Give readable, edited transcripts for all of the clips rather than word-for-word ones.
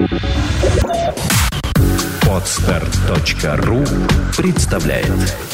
Podster.ru представляет.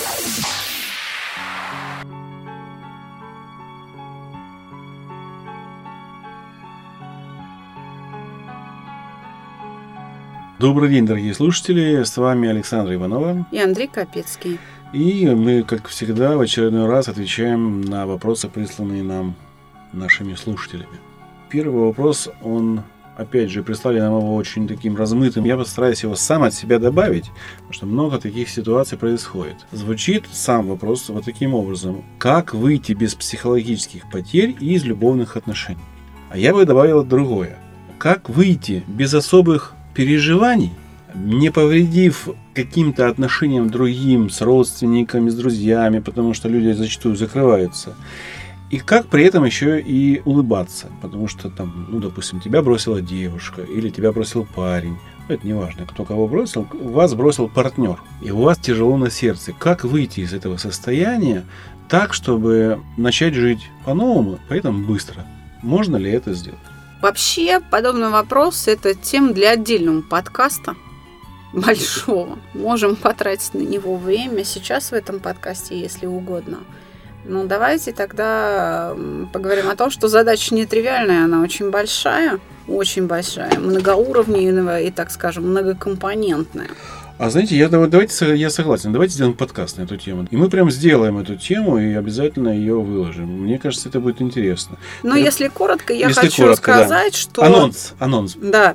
Добрый день, дорогие слушатели, с вами Александра Иванова и Андрей Капецкий. И мы, как всегда, в очередной раз отвечаем на вопросы, присланные нам нашими слушателями. Первый вопрос, он, опять же, прислали нам его очень таким размытым. Я постараюсь его сам от себя добавить, потому что много таких ситуаций происходит. Звучит сам вопрос вот таким образом. Как выйти без психологических потерь и из любовных отношений? А я бы добавил другое. Как выйти без особых переживаний, не повредив каким-то отношениям другим, с родственниками, с друзьями, потому что люди зачастую закрываются. И как при этом еще и улыбаться, потому что там, допустим, тебя бросила девушка или тебя бросил парень. Это не важно, кто кого бросил, вас бросил партнер, и у вас тяжело на сердце. Как выйти из этого состояния так, чтобы начать жить по-новому, при этом быстро? Можно ли это сделать? Вообще, подобный вопрос – это тема для отдельного подкаста, большого. Можем потратить на него время сейчас в этом подкасте, если угодно. Но давайте тогда поговорим о том, что задача нетривиальная, она очень большая, многоуровневая и, так скажем, многокомпонентная. А знаете, я согласен, давайте сделаем подкаст на эту тему. И мы прям сделаем эту тему и обязательно ее выложим. Мне кажется, это будет интересно. Но если коротко, я хочу сказать, что... Анонс. Да.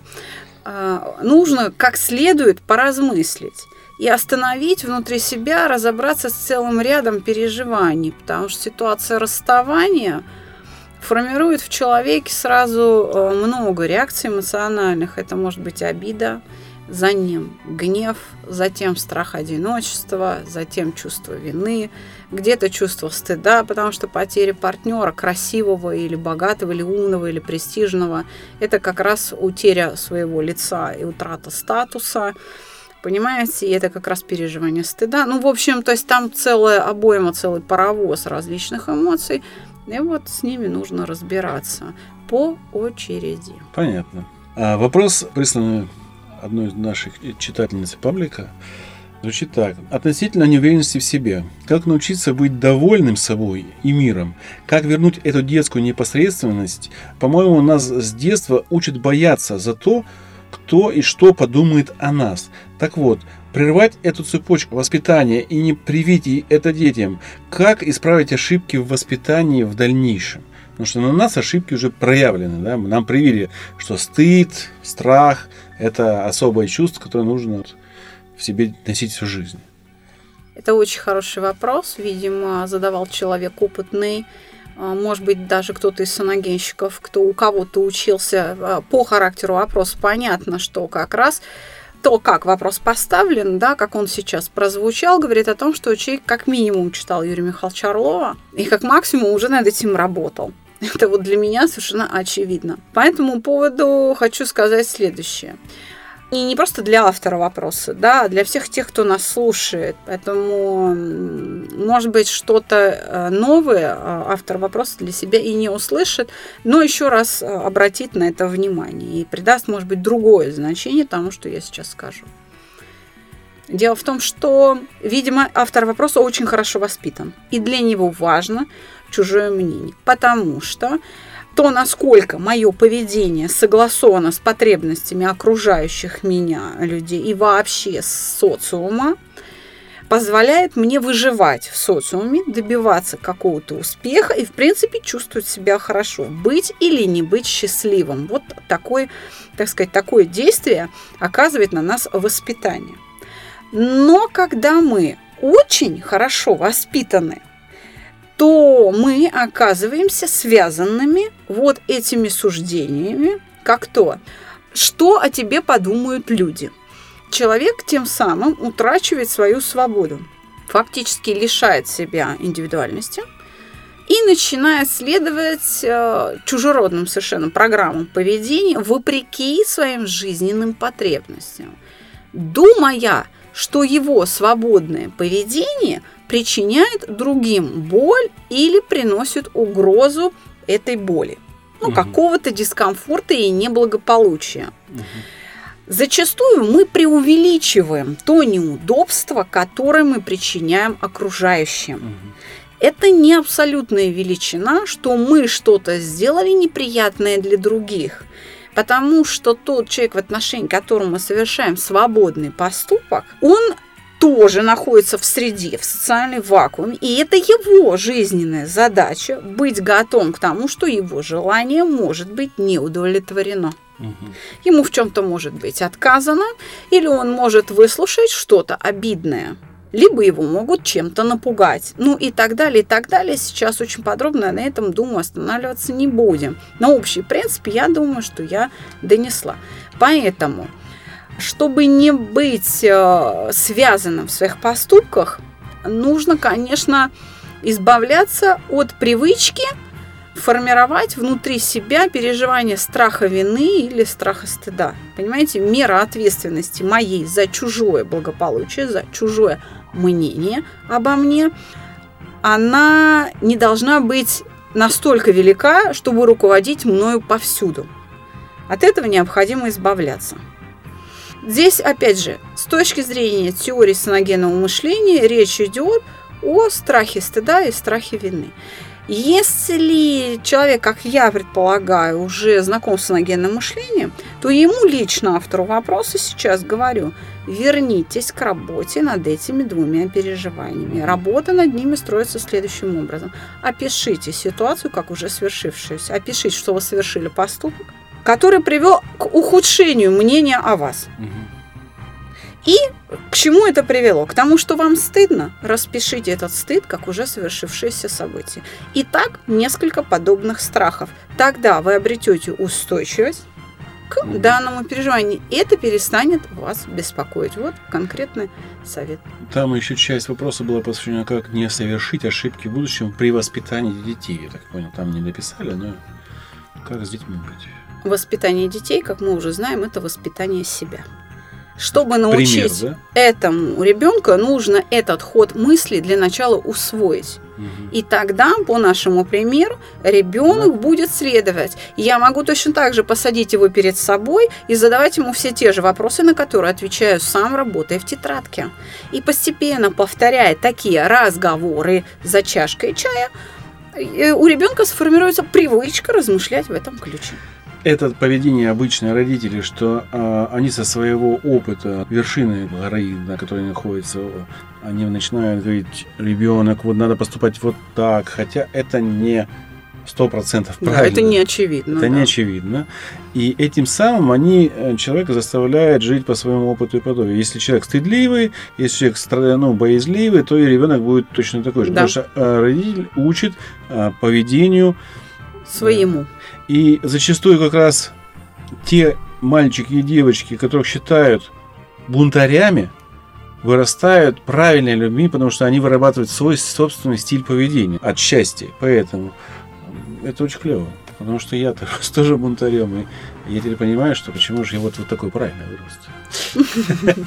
Нужно как следует поразмыслить и остановить внутри себя, разобраться с целым рядом переживаний, потому что ситуация расставания формирует в человеке сразу много реакций эмоциональных. Это может быть обида, за ним гнев, затем страх одиночества, затем чувство вины, где-то чувство стыда, потому что потеря партнера, красивого или богатого, или умного, или престижного, это как раз утеря своего лица и утрата статуса. Понимаете, и это как раз переживание стыда. В общем, то есть там целая обойма, целый паровоз различных эмоций, и вот с ними нужно разбираться по очереди. Понятно. Вопрос, присланный одной из наших читательниц паблика, звучит так. Относительно неуверенности в себе. Как научиться быть довольным собой и миром? Как вернуть эту детскую непосредственность? По-моему, нас с детства учат бояться за то, кто и что подумает о нас. Так вот, прервать эту цепочку воспитания и не привить это детям. Как исправить ошибки в воспитании в дальнейшем? Потому что на нас ошибки уже проявлены. Да? Нам привили, что стыд, страх – это особое чувство, которое нужно в себе носить всю жизнь. Это очень хороший вопрос. Видимо, задавал человек опытный. Может быть, даже кто-то из саногенщиков, кто у кого-то учился. По характеру вопроса понятно, что как раз то, как вопрос поставлен, да, как он сейчас прозвучал, говорит о том, что человек как минимум читал Юрия Михайловича Орлова и как максимум уже над этим работал. Это вот для меня совершенно очевидно. По этому поводу хочу сказать следующее. И не просто для автора вопроса, да, а для всех тех, кто нас слушает. Поэтому, может быть, что-то новое автор вопроса для себя и не услышит, но еще раз обратит на это внимание и придаст, может быть, другое значение тому, что я сейчас скажу. Дело в том, что, видимо, автор вопроса очень хорошо воспитан, и для него важно чужое мнение, потому что то, насколько мое поведение согласовано с потребностями окружающих меня людей и вообще социума, позволяет мне выживать в социуме, добиваться какого-то успеха и, в принципе, чувствовать себя хорошо, быть или не быть счастливым. Вот такое действие оказывает на нас воспитание. Но когда мы очень хорошо воспитаны, то мы оказываемся связанными вот этими суждениями, как то, что о тебе подумают люди. Человек тем самым утрачивает свою свободу, фактически лишает себя индивидуальности и начинает следовать чужеродным совершенно программам поведения вопреки своим жизненным потребностям, думая, что его свободное поведение причиняет другим боль или приносит угрозу этой боли, какого-то дискомфорта и неблагополучия. Зачастую мы преувеличиваем то неудобство, которое мы причиняем окружающим. Это не абсолютная величина, что мы что-то сделали неприятное для других, потому что тот человек, в отношении которого мы совершаем свободный поступок, он тоже находится в среде, в социальной вакууме, и это его жизненная задача быть готовым к тому, что его желание может быть не удовлетворено. Ему в чем-то может быть отказано, или он может выслушать что-то обидное, либо его могут чем-то напугать, и так далее, и так далее. Сейчас очень подробно на этом, думаю, останавливаться не будем. Но общий принцип, я думаю, что я донесла. Поэтому, чтобы не быть связанным в своих поступках, нужно, конечно, избавляться от привычки формировать внутри себя переживание страха вины или страха стыда. Понимаете, мера ответственности моей за чужое благополучие, за чужое мнение обо мне, она не должна быть настолько велика, чтобы руководить мною повсюду. От этого необходимо избавляться. Здесь, опять же, с точки зрения теории саногенного мышления, речь идет о страхе стыда и страхе вины. Если человек, как я предполагаю, уже знаком с саногенным мышлением, то ему лично, автору вопроса, сейчас говорю, вернитесь к работе над этими двумя переживаниями. Работа над ними строится следующим образом. Опишите ситуацию, как уже свершившуюся. Опишите, что вы совершили поступок, который привел к ухудшению мнения о вас. И к чему это привело? К тому, что вам стыдно? Распишите этот стыд, как уже совершившееся событие. И так несколько подобных страхов. Тогда вы обретете устойчивость к данному переживанию. И это перестанет вас беспокоить. Вот конкретный совет. Там еще часть вопроса была посвящена, как не совершить ошибки в будущем при воспитании детей. Я так понял, там не написали, но как с детьми быть? Воспитание детей, как мы уже знаем, это воспитание себя. Чтобы научить этому ребенку, нужно этот ход мысли для начала усвоить. И тогда, по нашему примеру, ребенок будет следовать. Я могу точно так же посадить его перед собой и задавать ему все те же вопросы, на которые отвечаю сам, работая в тетрадке. И постепенно, повторяя такие разговоры за чашкой чая, у ребенка сформируется привычка размышлять в этом ключе. Это поведение обычных родителей, что они со своего опыта вершины горы, на которой находятся, они начинают говорить: ребенок, вот надо поступать вот так, хотя это не 100% правильно. Да, это не очевидно. Это не очевидно. И этим самым они человека заставляют жить по своему опыту и подобию. Если человек стыдливый, если человек боязливый, то и ребенок будет точно такой же. Да. Потому что родитель учит поведению своему. И зачастую как раз те мальчики и девочки, которых считают бунтарями, вырастают правильными людьми, потому что они вырабатывают свой собственный стиль поведения отчасти. Поэтому это очень клево. Потому что я тоже бунтарем, и я теперь понимаю, что почему же я вот такой правильный вырос.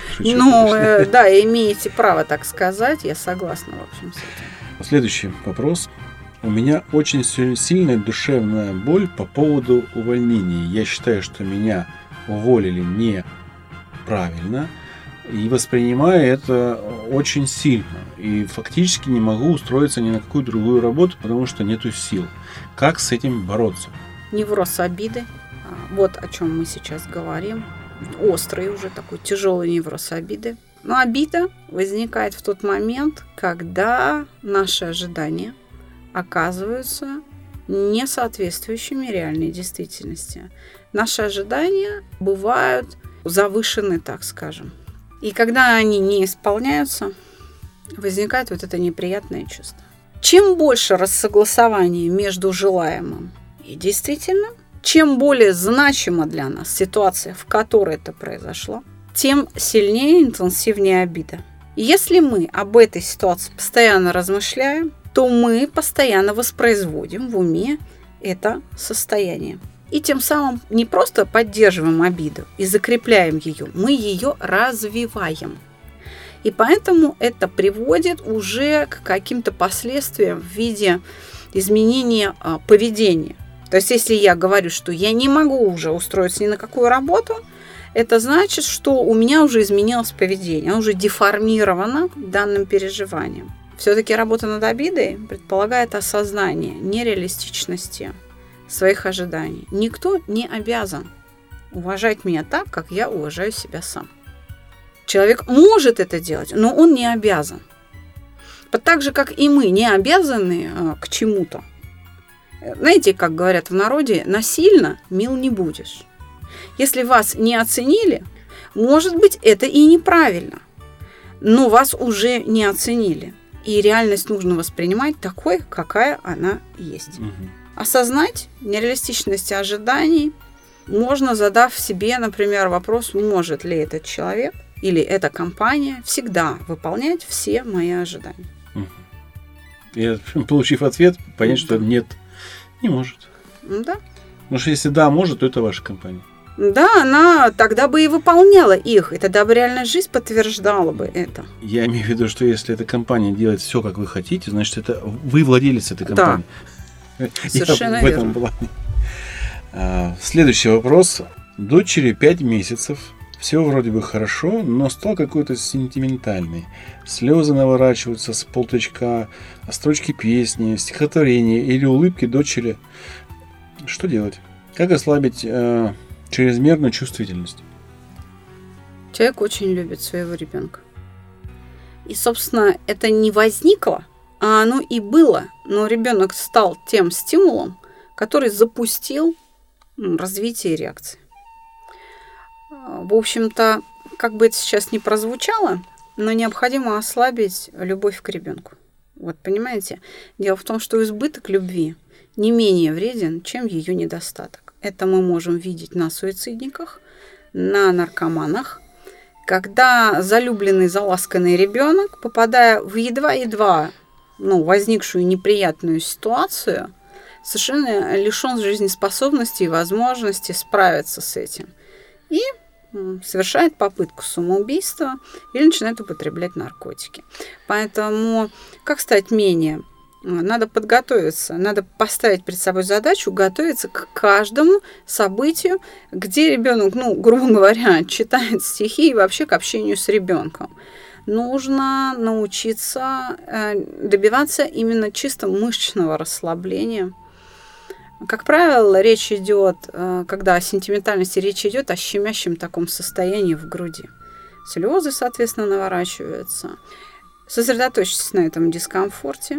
Да, имеете право так сказать, я согласна, в общем, с этим. Следующий вопрос. У меня очень сильная душевная боль по поводу увольнения. Я считаю, что меня уволили неправильно и воспринимаю это очень сильно. И фактически не могу устроиться ни на какую другую работу, потому что нету сил. Как с этим бороться? Невроз обиды. Вот о чем мы сейчас говорим. Острый уже такой тяжелый невроз обиды. Но обида возникает в тот момент, когда наши ожидания оказываются не соответствующими реальной действительности. Наши ожидания бывают завышены, так скажем. И когда они не исполняются, возникает вот это неприятное чувство. Чем больше рассогласования между желаемым и действительным, чем более значима для нас ситуация, в которой это произошло, тем сильнее и интенсивнее обида. И если мы об этой ситуации постоянно размышляем, то мы постоянно воспроизводим в уме это состояние. И тем самым не просто поддерживаем обиду и закрепляем ее, мы ее развиваем. И поэтому это приводит уже к каким-то последствиям в виде изменения поведения. То есть, если я говорю, что я не могу уже устроиться ни на какую работу, это значит, что у меня уже изменилось поведение, оно уже деформировано данным переживанием. Все-таки работа над обидой предполагает осознание нереалистичности своих ожиданий. Никто не обязан уважать меня так, как я уважаю себя сам. Человек может это делать, но он не обязан. Так же, как и мы не обязаны к чему-то. Знаете, как говорят в народе, насильно мил не будешь. Если вас не оценили, может быть, это и неправильно, но вас уже не оценили. И реальность нужно воспринимать такой, какая она есть. Осознать нереалистичность ожиданий можно, задав себе, например, вопрос, может ли этот человек или эта компания всегда выполнять все мои ожидания. И, получив ответ, понять, что нет, не может. Да. Потому что если да, может, то это ваша компания. Да, она тогда бы и выполняла их, и тогда бы реальная жизнь подтверждала бы это. Я имею в виду, что если эта компания делает все, как вы хотите, значит, это вы владелец этой компании. Да, совершенно в этом плане. Следующий вопрос. Дочери 5 месяцев. Все вроде бы хорошо, но стал какой-то сентиментальный. Слезы наворачиваются с полточка, строчки песни, стихотворения или улыбки дочери. Что делать? Как ослабить чрезмерную чувствительность? Человек очень любит своего ребенка. И, собственно, это не возникло, а оно и было. Но ребенок стал тем стимулом, который запустил развитие реакции. В общем-то, как бы это сейчас ни прозвучало, но необходимо ослабить любовь к ребенку. Вот, понимаете? Дело в том, что избыток любви не менее вреден, чем ее недостаток. Это мы можем видеть на суицидниках, на наркоманах, когда залюбленный, заласканный ребенок, попадая в едва-едва возникшую неприятную ситуацию, совершенно лишен жизнеспособности и возможности справиться с этим. И совершает попытку самоубийства или начинает употреблять наркотики. Поэтому как стать менее? Надо подготовиться, надо поставить перед собой задачу готовиться к каждому событию, где ребенок, грубо говоря, читает стихи и вообще к общению с ребенком. Нужно научиться добиваться именно чисто мышечного расслабления. Как правило, речь идет, когда о сентиментальности речь идет о щемящем таком состоянии в груди. Слезы, соответственно, наворачиваются. Сосредоточьтесь на этом дискомфорте.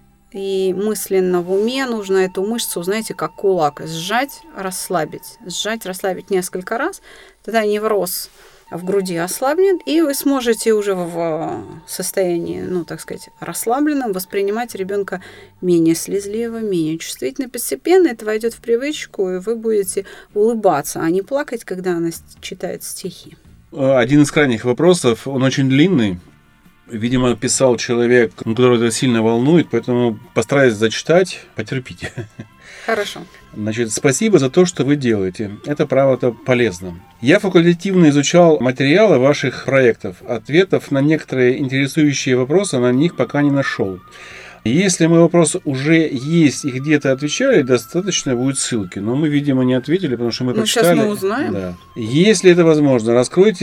И мысленно в уме нужно эту мышцу, знаете, как кулак, сжать, расслабить. Сжать, расслабить несколько раз. Тогда невроз в груди ослабнет, и вы сможете уже в состоянии, расслабленном воспринимать ребенка менее слезливо, менее чувствительно. Постепенно это войдет в привычку, и вы будете улыбаться, а не плакать, когда она читает стихи. Один из крайних вопросов, он очень длинный. Видимо, писал человек, которого это сильно волнует, поэтому постараюсь зачитать. Потерпите. Хорошо. Значит, спасибо за то, что вы делаете. Это правда полезно. Я факультативно изучал материалы ваших проектов. Ответов на некоторые интересующие вопросы на них пока не нашел. Если мой вопрос уже есть и где-то отвечали, достаточно будет ссылки. Но мы, видимо, не ответили, потому что мы прочитали. Сейчас мы узнаем. Да. Если это возможно, раскройте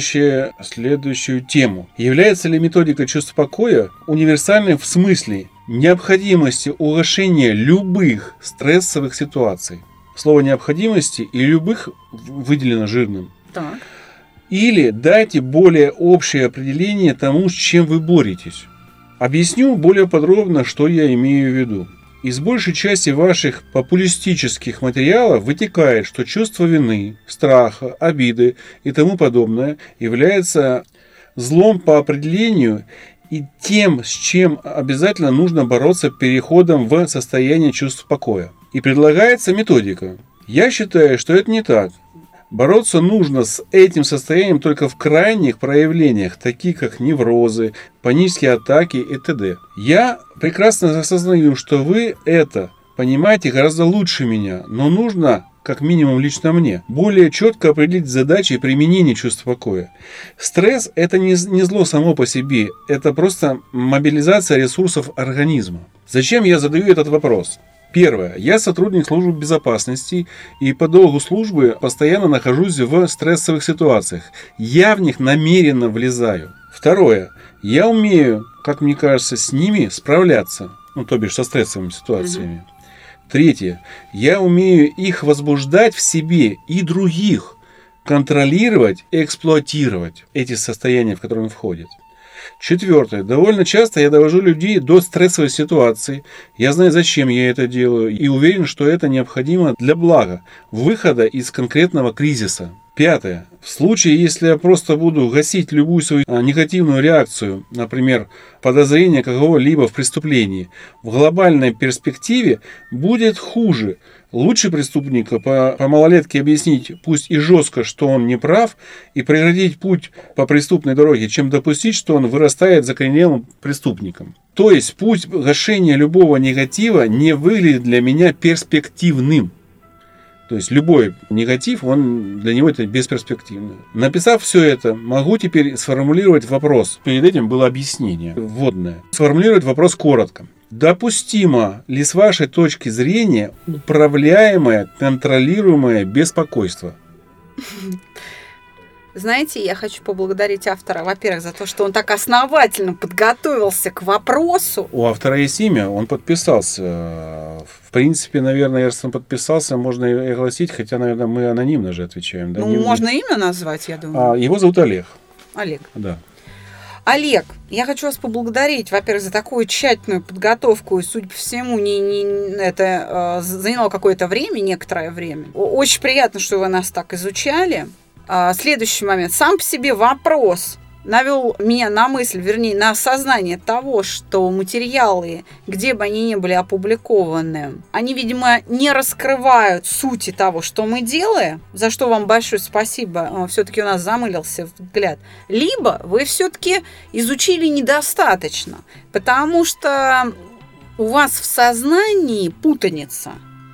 следующую тему. Является ли методика чувств покоя универсальной в смысле необходимости улучшения любых стрессовых ситуаций? Слово необходимости и любых выделено жирным. Так. Или дайте более общее определение тому, с чем вы боретесь. Объясню более подробно, что я имею в виду. Из большей части ваших популистических материалов вытекает, что чувство вины, страха, обиды и тому подобное является злом по определению и тем, с чем обязательно нужно бороться переходом в состояние чувств покоя. И предлагается методика. Я считаю, что это не так. Бороться нужно с этим состоянием только в крайних проявлениях, таких как неврозы, панические атаки и т.д. Я прекрасно осознаю, что вы это понимаете гораздо лучше меня, но нужно, как минимум лично мне, более четко определить задачи применения чувства покоя. Стресс – это не зло само по себе, это просто мобилизация ресурсов организма. Зачем я задаю этот вопрос? Первое. Я сотрудник службы безопасности и по долгу службы постоянно нахожусь в стрессовых ситуациях. Я в них намеренно влезаю. Второе. Я умею, как мне кажется, с ними справляться. То бишь со стрессовыми ситуациями. Третье. Я умею их возбуждать в себе и других. Контролировать и эксплуатировать эти состояния, в которые он входит. Четвертое. Довольно часто я довожу людей до стрессовой ситуации. Я знаю, зачем я это делаю, и уверен, что это необходимо для блага, выхода из конкретного кризиса. Пятое. В случае, если я просто буду гасить любую свою негативную реакцию, например, подозрение какого-либо в преступлении, в глобальной перспективе будет хуже. Лучше преступника по малолетке объяснить, пусть и жестко, что он не прав, и преградить путь по преступной дороге, чем допустить, что он вырастает закоренелым преступником. То есть путь гашения любого негатива не выглядит для меня перспективным. То есть любой негатив, для него это бесперспективно. Написав все это, могу теперь сформулировать вопрос. Перед этим было объяснение вводное. Сформулировать вопрос коротко. Допустимо ли с вашей точки зрения управляемое, контролируемое беспокойство? Знаете, я хочу поблагодарить автора, во-первых, за то, что он так основательно подготовился к вопросу. У автора есть имя, он подписался. В принципе, наверное, если он подписался, можно и огласить, хотя, наверное, мы анонимно же отвечаем. Да? Можно имя назвать, я думаю. Его зовут Олег. Олег. Да. Олег, я хочу вас поблагодарить, во-первых, за такую тщательную подготовку, и, судя по всему, это заняло какое-то время, некоторое время. Очень приятно, что вы нас так изучали. Следующий момент. Сам по себе вопрос навел меня на мысль, вернее, на осознание того, что материалы, где бы они ни были опубликованы, они, видимо, не раскрывают сути того, что мы делаем, за что вам большое спасибо, все-таки у нас замылился взгляд, либо вы все-таки изучили недостаточно, потому что у вас в сознании путаница.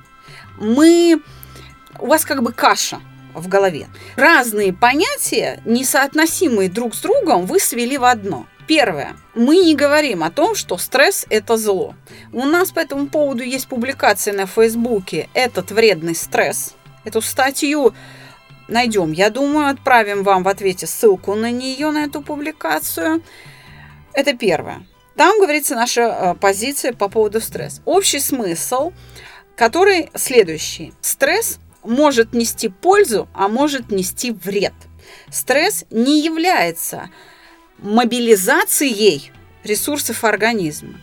У вас как бы каша в голове. Разные понятия, несоотносимые друг с другом, вы свели в одно. Первое. Мы не говорим о том, что стресс – это зло. У нас по этому поводу есть публикация на Фейсбуке «Этот вредный стресс». Эту статью найдем. Я думаю, отправим вам в ответе ссылку на нее, на эту публикацию. Это первое. Там говорится наша позиция по поводу стресса. Общий смысл, который следующий. Стресс может нести пользу, а может нести вред. Стресс не является мобилизацией ресурсов организма.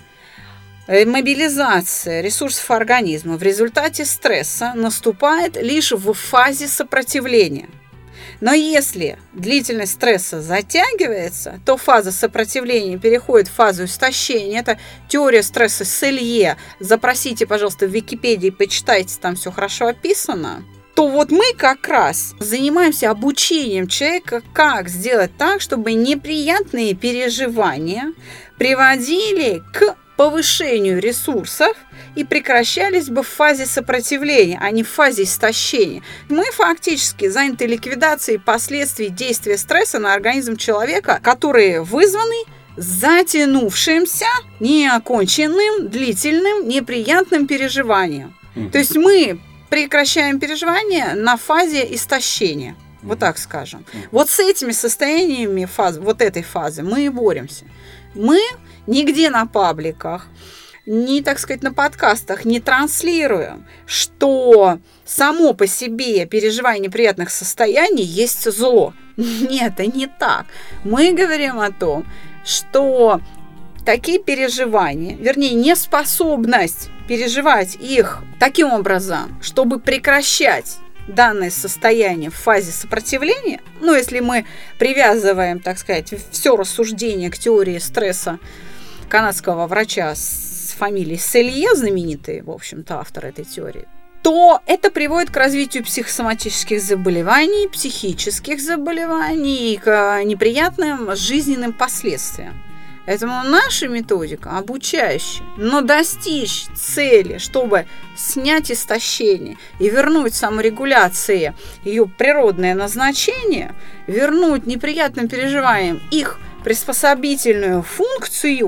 Мобилизация ресурсов организма в результате стресса наступает лишь в фазе сопротивления. Но если длительность стресса затягивается, то фаза сопротивления переходит в фазу истощения. Это теория стресса Селье. Запросите, пожалуйста, в Википедии, почитайте, там все хорошо описано. То вот мы как раз занимаемся обучением человека, как сделать так, чтобы неприятные переживания приводили к повышению ресурсов и прекращались бы в фазе сопротивления, а не в фазе истощения. Мы фактически заняты ликвидацией последствий действия стресса на организм человека, которые вызваны затянувшимся, неоконченным, длительным, неприятным переживанием. То есть мы прекращаем переживания на фазе истощения. Вот так скажем. Вот с этими состояниями вот этой фазы мы и боремся. Мы нигде на пабликах, ни, так сказать, на подкастах не транслируем, что само по себе переживание неприятных состояний есть зло. Нет, это не так. Мы говорим о том, что такие переживания, вернее, неспособность переживать их таким образом, чтобы прекращать данное состояние в фазе сопротивления, если мы привязываем, так сказать, все рассуждение к теории стресса канадского врача с фамилией Селье, знаменитый, в общем-то, автор этой теории, то это приводит к развитию психосоматических заболеваний, психических заболеваний и к неприятным жизненным последствиям. Поэтому наша методика обучающая, но достичь цели, чтобы снять истощение и вернуть саморегуляции ее природное назначение, вернуть неприятным переживаниям их приспособительную функцию,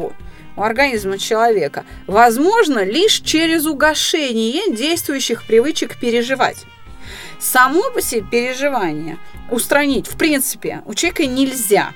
у организма человека возможно лишь через угошение действующих привычек переживать. Само по себе переживание устранить, в принципе, у человека нельзя.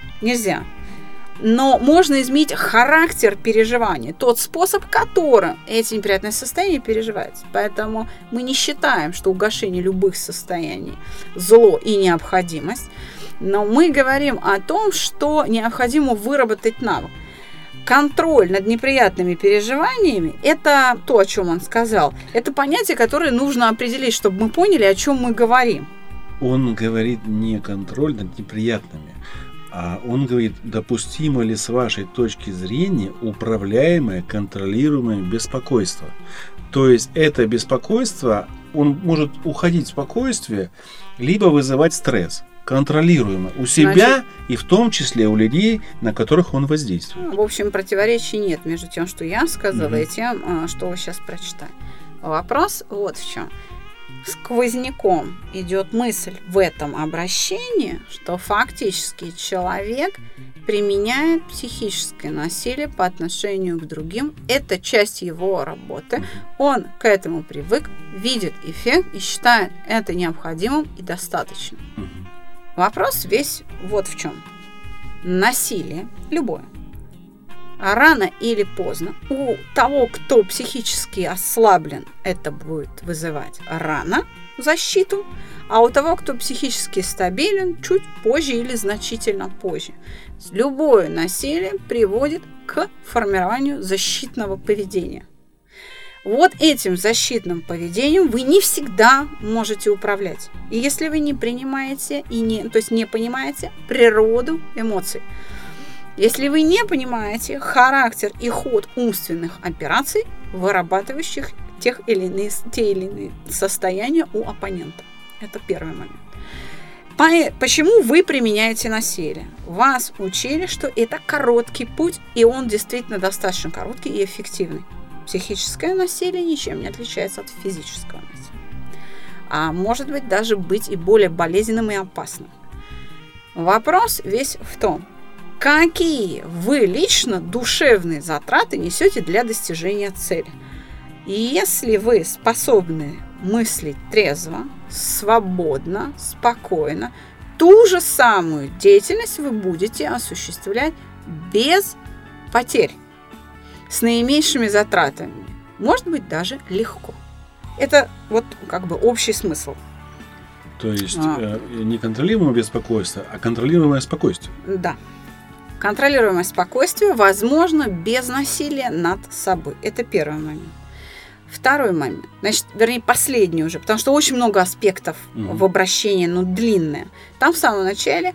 Но можно изменить характер переживания, тот способ, которым эти неприятные состояния переживаются. Поэтому мы не считаем, что угошение любых состояний зло и необходимость, но мы говорим о том, что необходимо выработать навык. Контроль над неприятными переживаниями – это то, о чем он сказал. Это понятие, которое нужно определить, чтобы мы поняли, о чем мы говорим. Он говорит не контроль над неприятными, а он говорит, допустимо ли с вашей точки зрения управляемое, контролируемое беспокойство. То есть это беспокойство, он может уходить в спокойствие, либо вызывать стресс. Контролируемо у себя и в том числе у людей, на которых он воздействует. В общем, противоречий нет между тем, что я сказала, и тем, что вы сейчас прочитали. Вопрос вот в чем. Сквозняком идет мысль в этом обращении, что фактически человек применяет психическое насилие по отношению к другим. Это часть его работы. Он к этому привык, видит эффект и считает это необходимым и достаточным. Вопрос весь вот в чем. Насилие, любое, рано или поздно у того, кто психически ослаблен, это будет вызывать рано защиту, а у того, кто психически стабилен, чуть позже или значительно позже. Любое насилие приводит к формированию защитного поведения. Вот этим защитным поведением вы не всегда можете управлять. И если вы не принимаете то есть не понимаете природу эмоций, если вы не понимаете характер и ход умственных операций, вырабатывающих те или иные состояния у оппонента. Это первый момент. Почему вы применяете насилие? Вас учили, что это короткий путь, и он действительно достаточно короткий и эффективный. Психическое насилие ничем не отличается от физического насилия. А может быть даже быть и более болезненным и опасным. Вопрос весь в том, какие вы лично душевные затраты несете для достижения цели. И если вы способны мыслить трезво, свободно, спокойно, ту же самую деятельность вы будете осуществлять без потерь, с наименьшими затратами, может быть, даже легко. Это вот как бы общий смысл. То есть не контролируемое беспокойство, а контролируемое спокойствие. Да. Контролируемое спокойствие возможно без насилия над собой. Это первый момент. Второй момент, последний уже, потому что очень много аспектов в обращении, длинное. Там в самом начале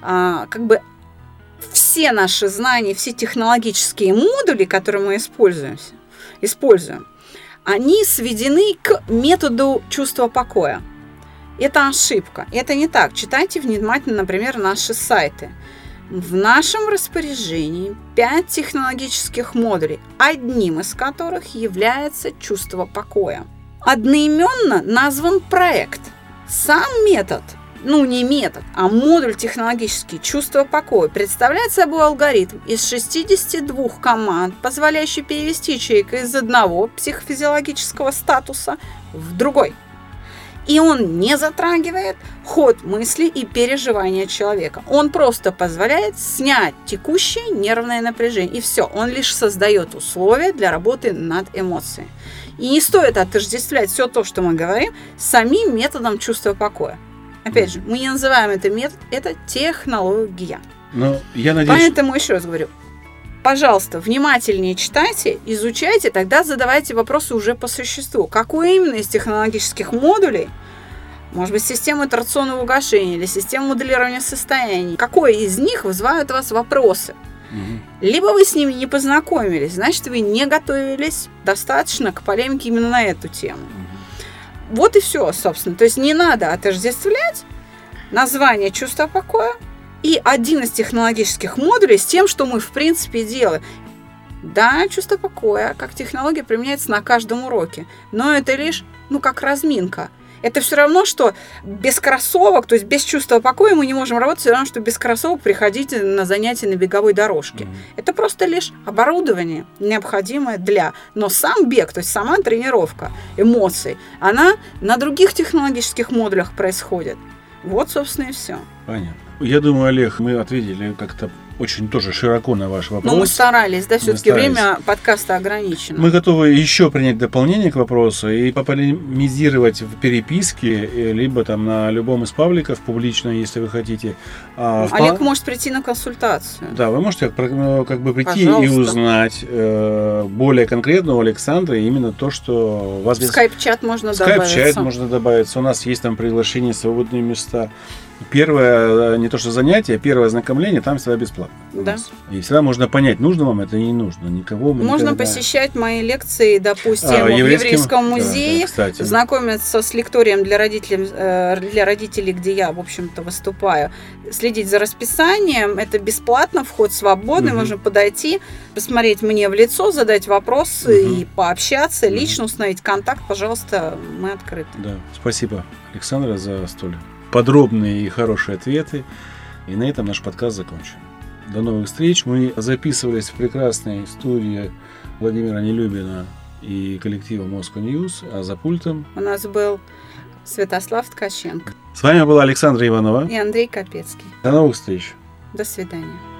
все наши знания, все технологические модули, которые мы используем, они сведены к методу чувства покоя. Это ошибка. Это не так. Читайте внимательно, например, наши сайты. В нашем распоряжении 5 технологических модулей, одним из которых является чувство покоя. Одноименно назван проект. Сам метод, не метод, а модуль технологический чувство покоя представляет собой алгоритм из 62 команд, позволяющий перевести человека из одного психофизиологического статуса в другой. И он не затрагивает ход мысли и переживания человека. Он просто позволяет снять текущее нервное напряжение. И все. Он лишь создает условия для работы над эмоцией. И не стоит отождествлять все то, что мы говорим, с самим методом чувства покоя. Опять же, мы не называем это метод, это технология. Но я надеюсь... Поэтому еще раз говорю, пожалуйста, внимательнее читайте, изучайте, тогда задавайте вопросы уже по существу. Какой именно из технологических модулей, может быть, система итерационного угошения или система моделирования состояний, какой из них вызывает у вас вопросы? Либо вы с ними не познакомились, значит, вы не готовились достаточно к полемике именно на эту тему. Вот и все, собственно. То есть не надо отождествлять название чувства покоя и один из технологических модулей с тем, что мы в принципе делаем. Да, чувство покоя как технология применяется на каждом уроке, но это лишь, как разминка. Это все равно, что без кроссовок, то есть без чувства покоя мы не можем работать, все равно, что без кроссовок приходить на занятия на беговой дорожке. Это просто лишь оборудование, необходимое для. Но сам бег, то есть сама тренировка эмоций, она на других технологических модулях происходит. Вот, собственно, и все. Понятно. Я думаю, Олег, мы ответили как-то очень тоже широко на ваш вопрос. Но мы старались, да, все-таки время подкаста ограничено. Мы готовы еще принять дополнение к вопросу и пополемизировать в переписке, либо там на любом из пабликов публично, если вы хотите. Олег может прийти на консультацию. Да, вы можете как бы прийти Пожалуйста. и узнать более конкретно у Александра именно то, что у вас... В скайп-чат можно добавиться. Скайп-чат можно добавиться. У нас есть там приглашение, свободные места. Первое, не то что занятие, первое ознакомление, там всегда бесплатно. Да. И всегда можно понять, нужно вам это или не нужно. Никого мы можно никогда... посещать мои лекции, допустим, в Еврейском музее, знакомиться с лекторием для родителей, где я, в общем-то, выступаю, следить за расписанием. Это бесплатно, вход свободный, можно подойти, посмотреть мне в лицо, задать вопросы и пообщаться, лично установить контакт. Пожалуйста, мы открыты. Да. Спасибо, Александра, за столь подробные и хорошие ответы. И на этом наш подкаст закончен. До новых встреч. Мы записывались в прекрасной студии Владимира Нелюбина и коллектива Moscow News, а за пультом у нас был Святослав Ткаченко. С вами была Александра Иванова и Андрей Капецкий. До новых встреч. До свидания.